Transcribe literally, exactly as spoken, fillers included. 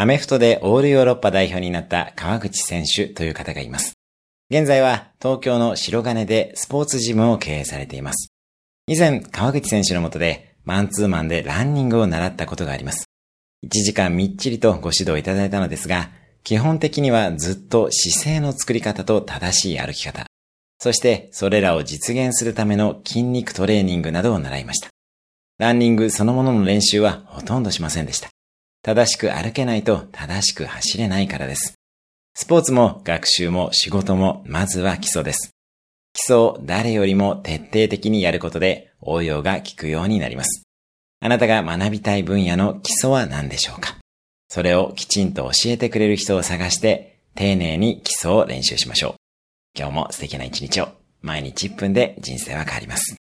アメフトでオールヨーロッパ代表になった川口選手という方がいます。現在は東京の白金でスポーツジムを経営されています。以前、川口選手の下でマンツーマンでランニングを習ったことがあります。いちじかんみっちりとご指導いただいたのですが、基本的にはずっと姿勢の作り方と正しい歩き方、そしてそれらを実現するための筋肉トレーニングなどを習いました。ランニングそのものの練習はほとんどしませんでした。正しく歩けないと正しく走れないからです。スポーツも学習も仕事もまずは基礎です。基礎を誰よりも徹底的にやることで応用が効くようになります。あなたが学びたい分野の基礎は何でしょうか？それをきちんと教えてくれる人を探して丁寧に基礎を練習しましょう。今日も素敵な一日を。毎日いっぷんで人生は変わります。